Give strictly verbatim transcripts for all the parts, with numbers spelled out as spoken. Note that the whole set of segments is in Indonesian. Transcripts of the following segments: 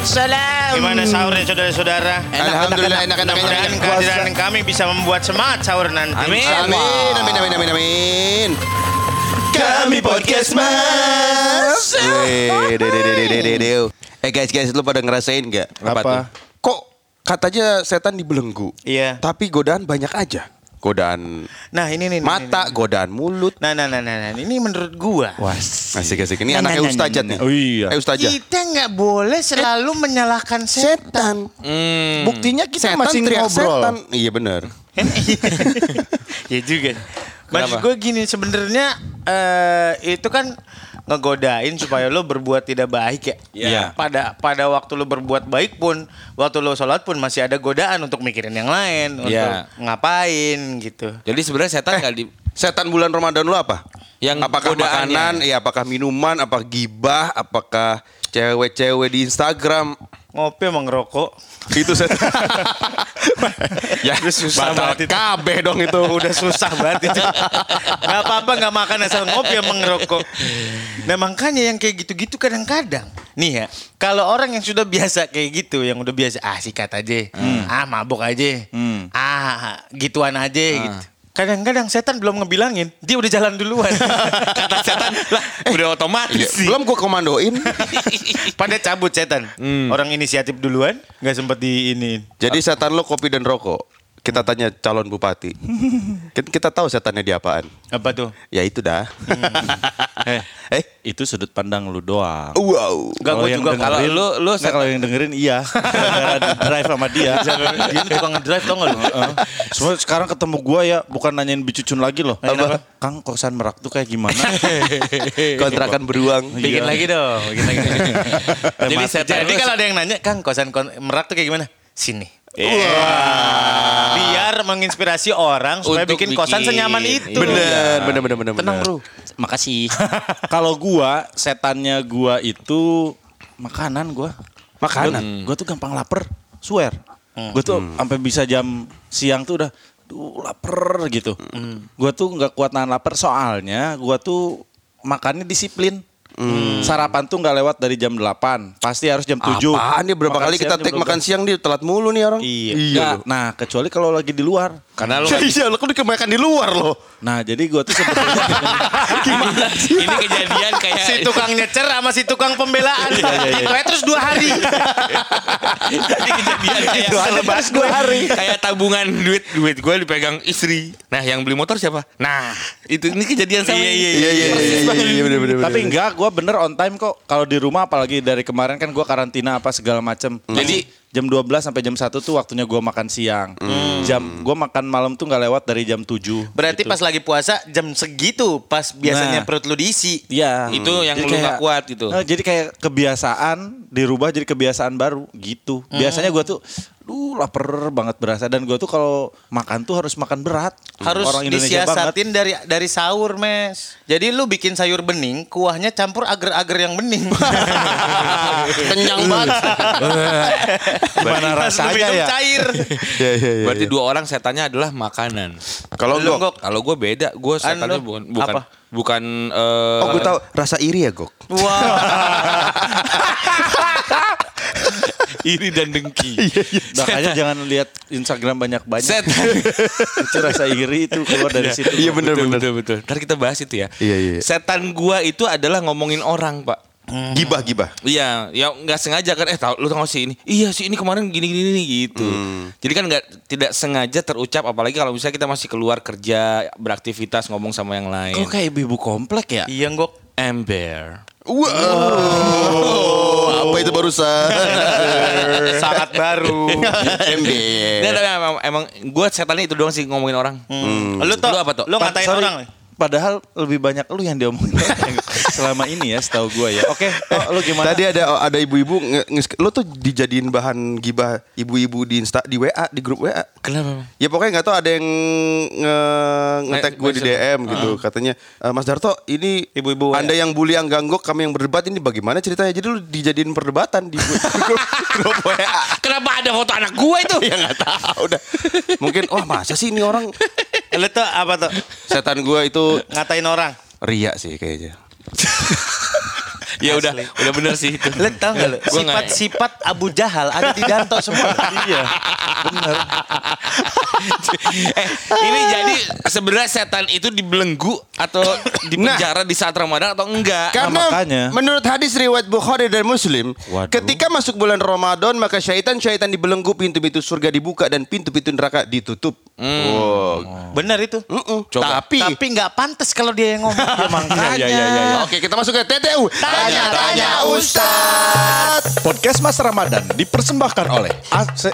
Salam. Gimana sahurnya saudara-saudara? Alhamdulillah enak-enak. Mudah-mudahan kehadiran kami bisa membuat semangat sahur nanti. Amin. Amin, amin, amin, amin, amin. Kami podcast mas. Weh, de, de, de, de, de, de. Eh guys, guys, lu pada ngerasain nggak? Apa? Kok katanya setan dibelenggu? Iya. Tapi godaan banyak aja. Godaan Nah ini nih. mata, ini, ini. godaan mulut. Nah, nah, nah, nah, nah, ini menurut gua. Asik-asik. Ini Nah, anaknya nah, nah, Ustazah nah, nih. Oh iya. Eh Ustazah. Kita nggak boleh selalu menyalahkan setan. Setan. Hmm. Buktinya kita Setan masih teriak ngobrol. setan. Iya benar. Ya juga. Maksud gue gini sebenarnya eh, itu kan ngegodain supaya lo berbuat tidak baik ya. Iya. Pada pada waktu lo berbuat baik pun, waktu lo sholat pun masih ada godaan untuk mikirin yang lain, untuk Iya. ngapain gitu. Jadi sebenarnya setan nggak di Setan bulan Ramadan lu apa? Yang apakah godaannya. makanan, ya apakah minuman, apa gibah, apakah cewek-cewek di Instagram? Ngopi emang ngerokok. Itu setan. Ya susah Batal banget itu. kabeh dong itu. Udah susah banget itu. Gak apa-apa gak makan asal ngopi emang ngerokok. Nah makanya yang kayak gitu-gitu kadang-kadang. Nih ya, kalau orang yang sudah biasa kayak gitu, yang udah biasa, ah sikat aja, ah mabuk aja, Hmm. ah gituan aja gitu. Kadang-kadang setan belum ngebilangin, dia udah jalan duluan. Kata setan, lah udah otomatis sih. Belum gua komandoin. Pada cabut setan. Orang inisiatif duluan, nggak sempet di ini. Jadi setan lo kopi dan rokok. Kita tanya calon bupati. Kita, kita tahu setannya di apaan. Apa tuh? Ya itu dah. Eh, Eh, itu sudut pandang lu doang. wow. Enggak, Kalau gue yang juga kalau dengerin- lu lu Nggak, kalau yang dengerin iya. Gara-gara drive sama dia. dia ini tukang ngedrive tau gak lu? Heeh. Semua sekarang ketemu gua ya bukan nanyain bicucun lagi loh. Apa? Kang kosan Merak tuh kayak gimana? Kontrakan beruang. Bikin Iya. lagi dong, bikin lagi. Jadi Jadi, setan jadi lu- kalau ada yang nanya, Kang kosan kon- Merak tuh kayak gimana? Sini. Wah. Biar menginspirasi orang supaya Untuk bikin kosan bikin. senyaman itu. Bener, bener, bener, bener. tenang bener. bro. Makasih. Kalau gua setannya gua itu makanan gua. Makanan? Gua, gua tuh gampang lapar, swear. Gua tuh sampai bisa jam siang tuh udah duh lapar gitu. Gua tuh nggak kuat nahan lapar soalnya gua tuh makannya disiplin. Sarapan tuh nggak lewat dari jam delapan, pasti harus jam tujuh. Apaan dia berapa Makan kali kita siang jam take dua belas. makan siang dia telat mulu nih orang. Iya. Iya. Nggak, nah, kecuali kalau lagi di luar. Karena lu Iya, lo kan kebanyakan di luar loh. Nah, jadi gua tuh sebetulnya gimana sih? Ini kejadian kayak Si tukang nyecer sama si tukang pembelaan. Gitu aja terus dua hari. ini kejadian kayak Selepas dua hari. kayak tabungan duit duit gue dipegang istri. Nah, yang beli motor siapa? Nah, itu ini kejadian sama. Iya, iya, Iya, iya, iya, iya, iya, bener, bener, Tapi bener. enggak, gue bener on time kok. Kalau di rumah apalagi dari kemarin kan gue karantina apa segala macem. Jadi jam dua belas sampai jam satu tuh waktunya gue makan siang. Jam gue makan malam tuh nggak lewat dari jam tujuh. Berarti gitu. pas lagi puasa jam segitu pas biasanya Nah. perut lu diisi. Iya. Itu yang Jadi lu nggak kuat gitu. eh, jadi kayak kebiasaan dirubah jadi kebiasaan baru gitu. Biasanya gue tuh, duh lapar banget berasa. Dan gue tuh kalau makan tuh harus makan berat. Harus Orang Indonesia banget. disiasatin dari dari sahur, Mes. Jadi lu bikin sayur bening, kuahnya campur agar-agar yang bening. Kenyang banget. Gimana Pas lu rasanya minum ya? cair. Iya, iya, iya. Berarti dua orang setannya adalah makanan. Kalau Lu, gua, Gok. Kalau gue beda, gue setannya lu? bukan bukan Apa? bukan eh, oh gue tahu rasa iri ya, Gok. Wah. iri dan dengki. Makanya jangan lihat Instagram banyak-banyak. Setan. Itu rasa iri itu keluar dari situ. Iya, bener, betul, bener. betul betul. Ntar kita bahas itu ya. Iya, iya. Setan gua itu adalah ngomongin orang, Pak. Gibah, gibah. Iya, ya nggak sengaja kan? Eh, tahu lu tahu nggak sih ini? Iya sih ini kemarin gini gini nih gitu. Jadi kan nggak tidak sengaja terucap, apalagi kalau misalnya kita masih keluar kerja, beraktivitas, ngomong sama yang lain. Kok kayak ibu-ibu komplek ya? Iya, Gok. Ember. Wow. Apa itu barusan? Sangat baru. Ember. Nggak, tapi emang, emang gue setannya itu doang sih ngomongin orang. Lu tuh, Lu apa tuh? Lu ngatain Sorry, orang nih. Padahal lebih banyak lu yang diomongin orang selama ini ya, setahu gua ya. Oke, oh, lu gimana? Tadi ada ada ibu-ibu nge- nge- lo tuh dijadiin bahan gibah ibu-ibu di Insta di W A di grup W A. Kenapa? Ya pokoknya nggak tahu ada yang nge nge-tag gue di D M gitu katanya "E, Mas Darto ini Ibu-ibu W A. Anda yang bully yang ganggok kami yang berdebat ini bagaimana ceritanya jadi lu dijadiin perdebatan di grup, grup W A. Kenapa ada foto anak gue itu? Ya nggak tahu udah mungkin wah masa sih ini orang Lu tuh apa tuh? setan gue itu Ngatain orang. ria sih kayaknya. Ya udah, udah bener sih itu. Lo tau gak lo? Gua nggak- Sifat-sifat Abu Jahal ada di Danto semua. Iya, bener. eh, ini jadi sebenarnya setan itu dibelenggu atau dipenjara di saat Ramadan atau enggak? Karena makanya. menurut hadis riwayat Bukhari dan Muslim, Waduh. ketika masuk bulan Ramadan maka syaitan-syaitan dibelenggu, pintu-pintu surga dibuka dan pintu-pintu neraka ditutup. Wow. Bener itu. Mm-mm. Coba. Tapi Tapi nggak pantas kalau dia yang ngomong. Ya, makanya. Iya, iya, iya, iya. Oke, kita masuk ke T T U. Tanya-tanya Ustaz. Podcast Mas Ramadan dipersembahkan oleh A C.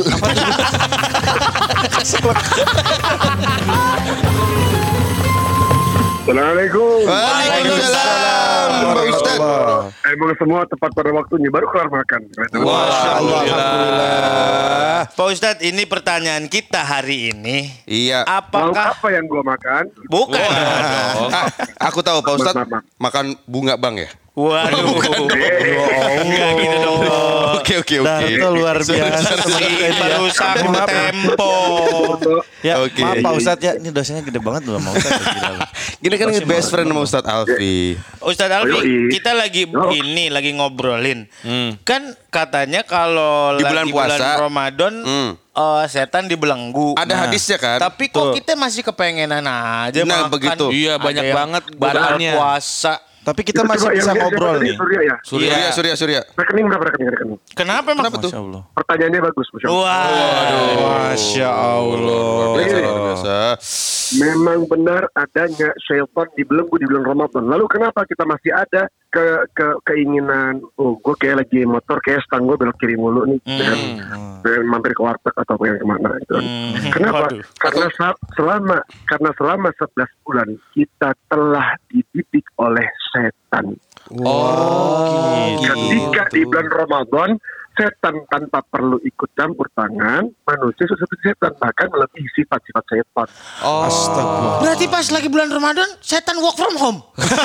Assalamualaikum. Waalaikumsalam, Pak Ustaz. Emang semua tepat pada waktunya, baru kelar makan. Alhamdulillah. Pak Ustadz, ini pertanyaan kita hari ini. Iya. Mau Apakah apa yang gua makan? bukan? Ah, aku tahu Pak Ustaz Maaf, maaf. makan bunga bang ya. Waduh. Enggak gitu dong. Bos. Oke oke oke. Darto luar biasa. Si perusak tempo. Ya, Oke. maaf Pak Ustadz ya, ini dosanya gede banget loh, Pak Ustadz. Gila loh. Gini kan best friend sama Ustadz Alfi. Ustadz Alfi, Yoi. kita lagi Oh. ini lagi ngobrolin. Kan katanya kalau Di bulan lagi puasa. bulan Ramadan Hmm. eh, setan dibelenggu. Ada hadisnya kan? Tapi kok kita masih kepengenan aja Nah, makan. begitu. Iya, Ada banyak yang banget batal godaannya. puasa. Tapi kita Itu masih coba bisa yang- yang ngobrol siapa tadi? nih. Surya ya? Surya Surya Surya. Rekening berapa rekening rekening? Kenapa emang? Kenapa tuh? Masya Allah. Pertanyaannya bagus, Masya Allah. Wah. Masya Allah. Biasa, luar biasa. Memang benar adanya syaitan dibelenggu di bulan Ramadan. Lalu kenapa kita masih ada ke, ke keinginan, oh gue kayak lagi motor, kayak stang gue belok kiri mulu nih. Dan, dan mampir ke warteg atau yang kemana gitu. Kenapa? Waduh. Karena sa- selama karena selama sebelas bulan kita telah dididik oleh setan. Oh, Ketika di bulan Ramadan, setan tanpa perlu ikut campur tangan, manusia seperti setan, bahkan melebihi sifat-sifat setan. Astagfirullah. Berarti pas lagi bulan Ramadan, setan work from home.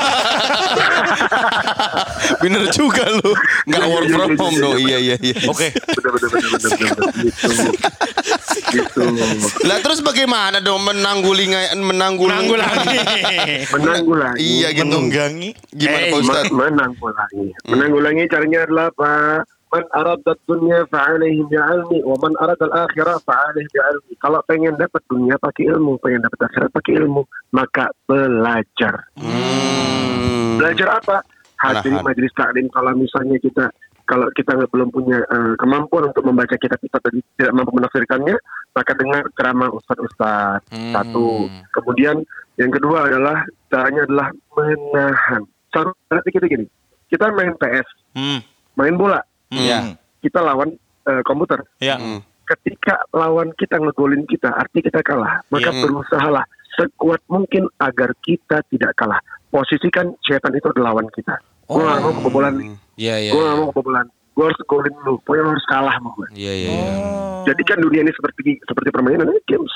Bener juga lu. Nggak work from home dong. Iya iya iya. Oke. Bener, bener, bener, bener, bener, bener. Gitu. Gitu. Lah terus bagaimana dong menanggulingi menanggulingi? Menanggulangi. Menanggulangi. Iya gitu. Menunggangi. Gimana Eh, Pak Ustadz? Ma- menanggulangi. Menanggulangi caranya adalah apa? Man arada dunya fa'alaihi bi'ilmi wa man arada al-akhirah fa'alaihi bi'ilmi. Kalau pengen dapat dunia pakai ilmu, pengen dapat akhirat pakai ilmu, maka belajar. Hmm. Belajar apa? Hadiri Menahan. majelis taklim. Kalau misalnya kita kalau kita nggak belum punya uh, kemampuan untuk membaca kitab-kitab dan tidak mampu menafsirkannya, maka dengar ceramah ustaz-ustaz. Hmm. Satu. Kemudian yang kedua adalah caranya adalah menahan. Cara berarti kita gini, kita main P S, Hmm. main bola, Ya. kita lawan uh, komputer. Ya. Hmm. Ketika lawan kita ngegolin kita, arti kita kalah. Maka Iya. berusahalah sekuat mungkin agar kita tidak kalah. Posisikan setan itu adalah lawan kita. Gue gak mau kebobolan nih. Iya, iya. Gue gak mau kebobolan. Gue harus golin dulu. Pokoknya lo harus kalah sama gue. Iya, iya, iya. Jadi kan dunia ini seperti seperti permainan ini games.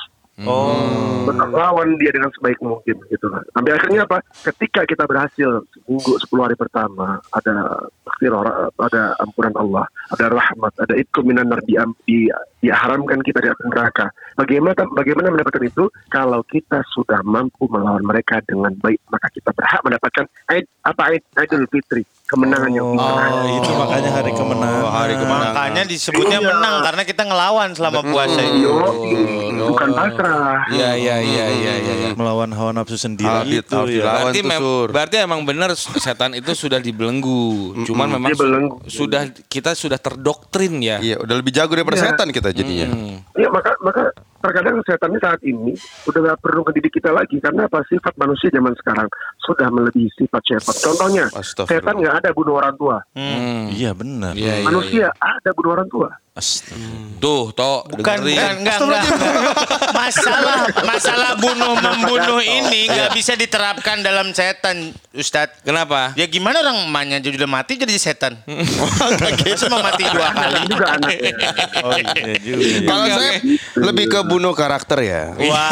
Oh. Tetap lawan dia dengan sebaik mungkin gitu lah. Sampai akhirnya apa? Ketika kita berhasil seminggu sepuluh hari pertama ada istighfar, ada ampunan Allah, ada rahmat, ada itqu minan nar di, di diharamkan kita dari api neraka. Bagaimana bagaimana mendapatkan itu? Kalau kita sudah mampu melawan mereka dengan baik, maka kita berhak mendapatkan Aid apa Aid Idul Fitri, kemenangan yang Oh, besar. itu makanya hari kemenangan. Oh, hari kemenangan. Makanya disebutnya Iya. menang karena kita ngelawan selama puasa ini. Yo, bukan pasrah. Iya, iya, iya, iya, iya. iya. Melawan hawa nafsu sendiri Ah, gitu gitu, ya. dilawan. Berarti, tuh, mem- Sur. berarti emang benar setan itu sudah dibelenggu. Cuman memang Dia belenggu. su- sudah kita sudah terdoktrin ya. Iya, udah lebih jago daripada Iya. setan kita jadinya. Hmm. Ya maka maka terkadang setan ini saat ini udah gak perlu ngedidik kita lagi karena apa? Sifat manusia zaman sekarang sudah melebihi sifat setan. Contohnya Astagfirullah. setan nggak ada bunuh orang tua, Hmm. Iya benar. Iya, iya, manusia ada bunuh orang tua. Astagfirullah. Tuh, toh, Bukan, dengerin. bukan, enggak, enggak. Masalah, masalah bunuh membunuh ini nggak bisa diterapkan dalam setan, Ustadz. Kenapa? Ya gimana orang emaknya jadi udah mati jadi setan? Masa mau mati dua kali? Ini juga anaknya. Oh iya juga. ya. Kalau saya lebih ke bunuh karakter ya. Wah.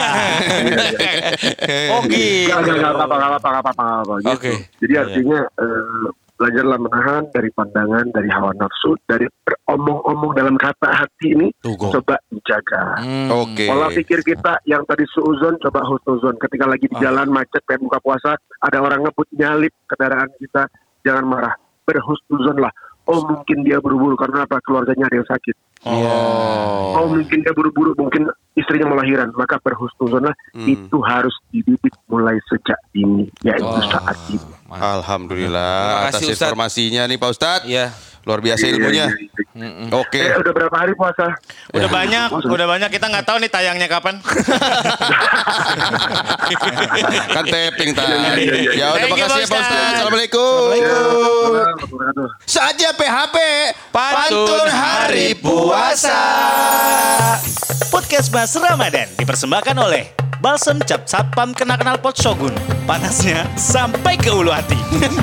Oh gitu. Gak, gak, gak apa-apa, gak apa-apa, gak apa-apa, gak apa-apa, gitu. Oke. Jadi artinya eh, belajarlah menahan dari pandangan, dari hawa nafsu, dari beromong-omong dalam kata hati ini, Tuh, Go. coba dijaga. Hmm. Oke. Pola pikir kita yang tadi suuzon coba husnuzon. Ketika lagi di jalan macet pengen buka puasa, ada orang ngebut nyalip kendaraan kita, jangan marah, berhusnuzonlah. Oh mungkin dia buru-buru karena apa? Keluarganya ada yang sakit. Oh. Oh mungkin dia buru-buru, mungkin istrinya melahiran, maka berhusnuzonlah. Hmm. Itu harus dididik mulai sejak dini, yaitu saat ini. Alhamdulillah Terima atas kasih, Ustadz. informasinya nih Pak Ustadz. Iya. Luar biasa ilmunya. Iya, iya, iya. Oke. Eh, udah berapa hari puasa? Udah banyak, udah banyak. Kita nggak tahu nih tayangnya kapan. Kan tapping tadi. Iya, iya, iya. Ya udah Thank you, makasih ya Pak Pak Ustadz. Ustadz. Assalamualaikum. Assalamualaikum. Saja P H P Pantun Hari Puasa. Podcast Mas Ramadan dipersembahkan oleh Balsem Cap Satpam Kenal-Kenal Pot Shogun. Panasnya sampai ke ulu hati.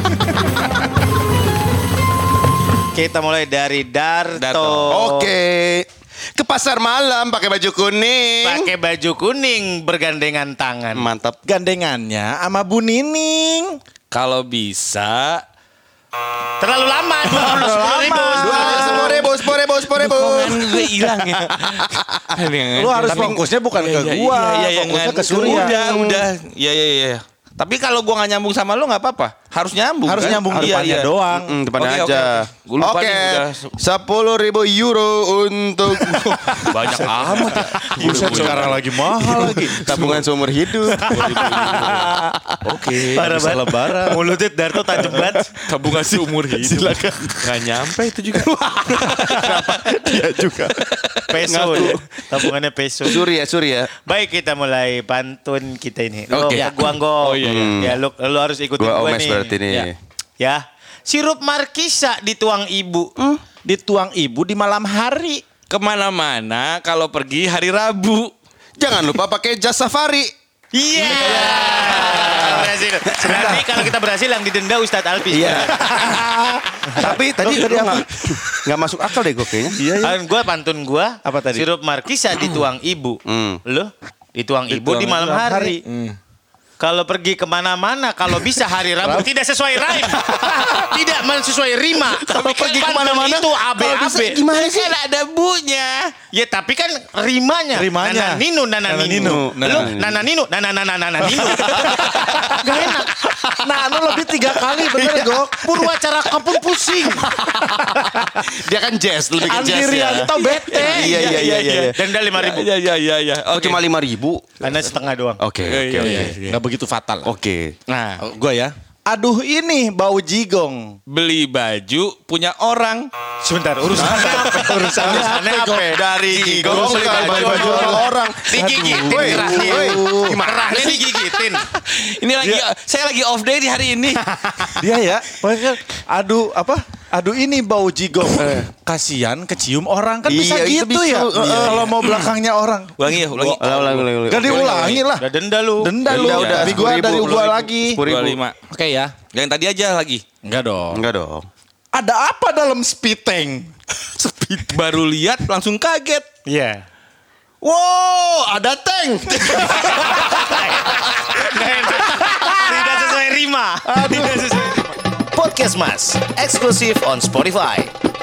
Kita mulai dari Darto. Darto. Oke. Ke pasar malam pakai baju kuning. Pakai baju kuning bergandengan tangan. Mantap. Gandengannya sama Bu Nining. Kalau bisa Terlalu lama. dua puluh sepuluh ribu. Sepuluh ribu, sepuluh ribu, sepuluh ribu. dukungan gue hilang ya. Lu harus fokusnya bukan ke Iya, gua, iya, iya, fokusnya ngan- ke Surya. Udah, udah. Iya, iya, iya. Tapi kalau gua nggak nyambung sama lu nggak apa-apa. Harus nyambung. Harus kan? nyambung Iya, depannya iya. doang. Mm, depannya Oke, oke, aja. oke. Gua lupa Oke. nih, udah. Sepuluh ribu euro untuk Banyak amat ya. Buset sekarang lagi mahal lagi. tabungan seumur hidup. Oke. Parah Bisa banget. lebaran. Mulutnya Darto tajam banget. Tabungan seumur hidup. Silakan. Gak nyampe itu juga. Dia juga. Peso. Ya. Tabungannya peso. Surya, Surya. Baik, kita mulai pantun kita ini. Lo, Oke. ya, gua Anggo. Oh, iya, iya. Ya, lu, lu harus ikutin Gua gua Omes nih. berarti nih. Ya. Ya. Sirup markisa dituang ibu. Dituang ibu di malam hari. Kemana-mana kalau pergi hari Rabu. Jangan lupa pakai jas safari. Iya. Berhasil. Berarti kalau kita berhasil yang didenda Ustadz Alfi. Iya. Tapi tadi tadi nggak nggak masuk akal deh gue kayaknya. Iya. Kan gue pantun gue. Apa tadi? Sirup markisa dituang ibu. Hmm. Lo dituang ibu Dituang di malam malam hari. Kalau pergi kemana-mana, kalau bisa hari Rabu tidak sesuai rhyme, tidak sesuai rima. Kalau pergi Pantun kemana-mana, itu A B kalau A bisa B. gimana sih? Kan ada bunya. Ya tapi kan rimanya. Rimanya. Nana ninu, nana Nana ninu. ninu. Lo nana ninu, nana nana nana ninu. Gak enak. Nah, lu lebih tiga kali bener Gok. Purwacara kapun pusing. Dia kan jazz lebih ke jazz ya. Andirianto bete. Iya iya iya iya. Denda lima ribu. Iya, iya, iya, iya. Oh cuma lima ribu. Karena setengah doang. Oke oke Iya, oke. iya, iya. Nggak begitu fatal. Oke. Nah, Oh, gua ya. Aduh ini bau jigong. beli baju punya orang. Sebentar, urusannya apa? Urusannya apa? Dari gigong beli ke baju baju orang. Digigitin Woi, kerahnya. woi. Kerahnya digigitin. Ini lagi saya lagi off day di hari ini. Dia ya. Pokoknya aduh apa? Aduh ini bau jigong. Kasian kecium orang kan bisa Iya, itu gitu bisa. ya. Iya. Kalau mau belakangnya orang. Ulangi ya, ulangi. Ulang ulang ulang. ulang. Gak diulangi lah. Udah denda lu. Denda lu. Denda udah, Dari gua sepuluh dari ribu. gua lagi. Sepuluh ribu. dua puluh lima. Oke ya. Yang tadi aja lagi. Enggak dong. Enggak dong. Ada apa dalam spiteng? Baru lihat langsung kaget. Iya. Wow, ada tank. Tidak sesuai rima. Tidak sesuai. Podcast Mas, eksklusif on Spotify.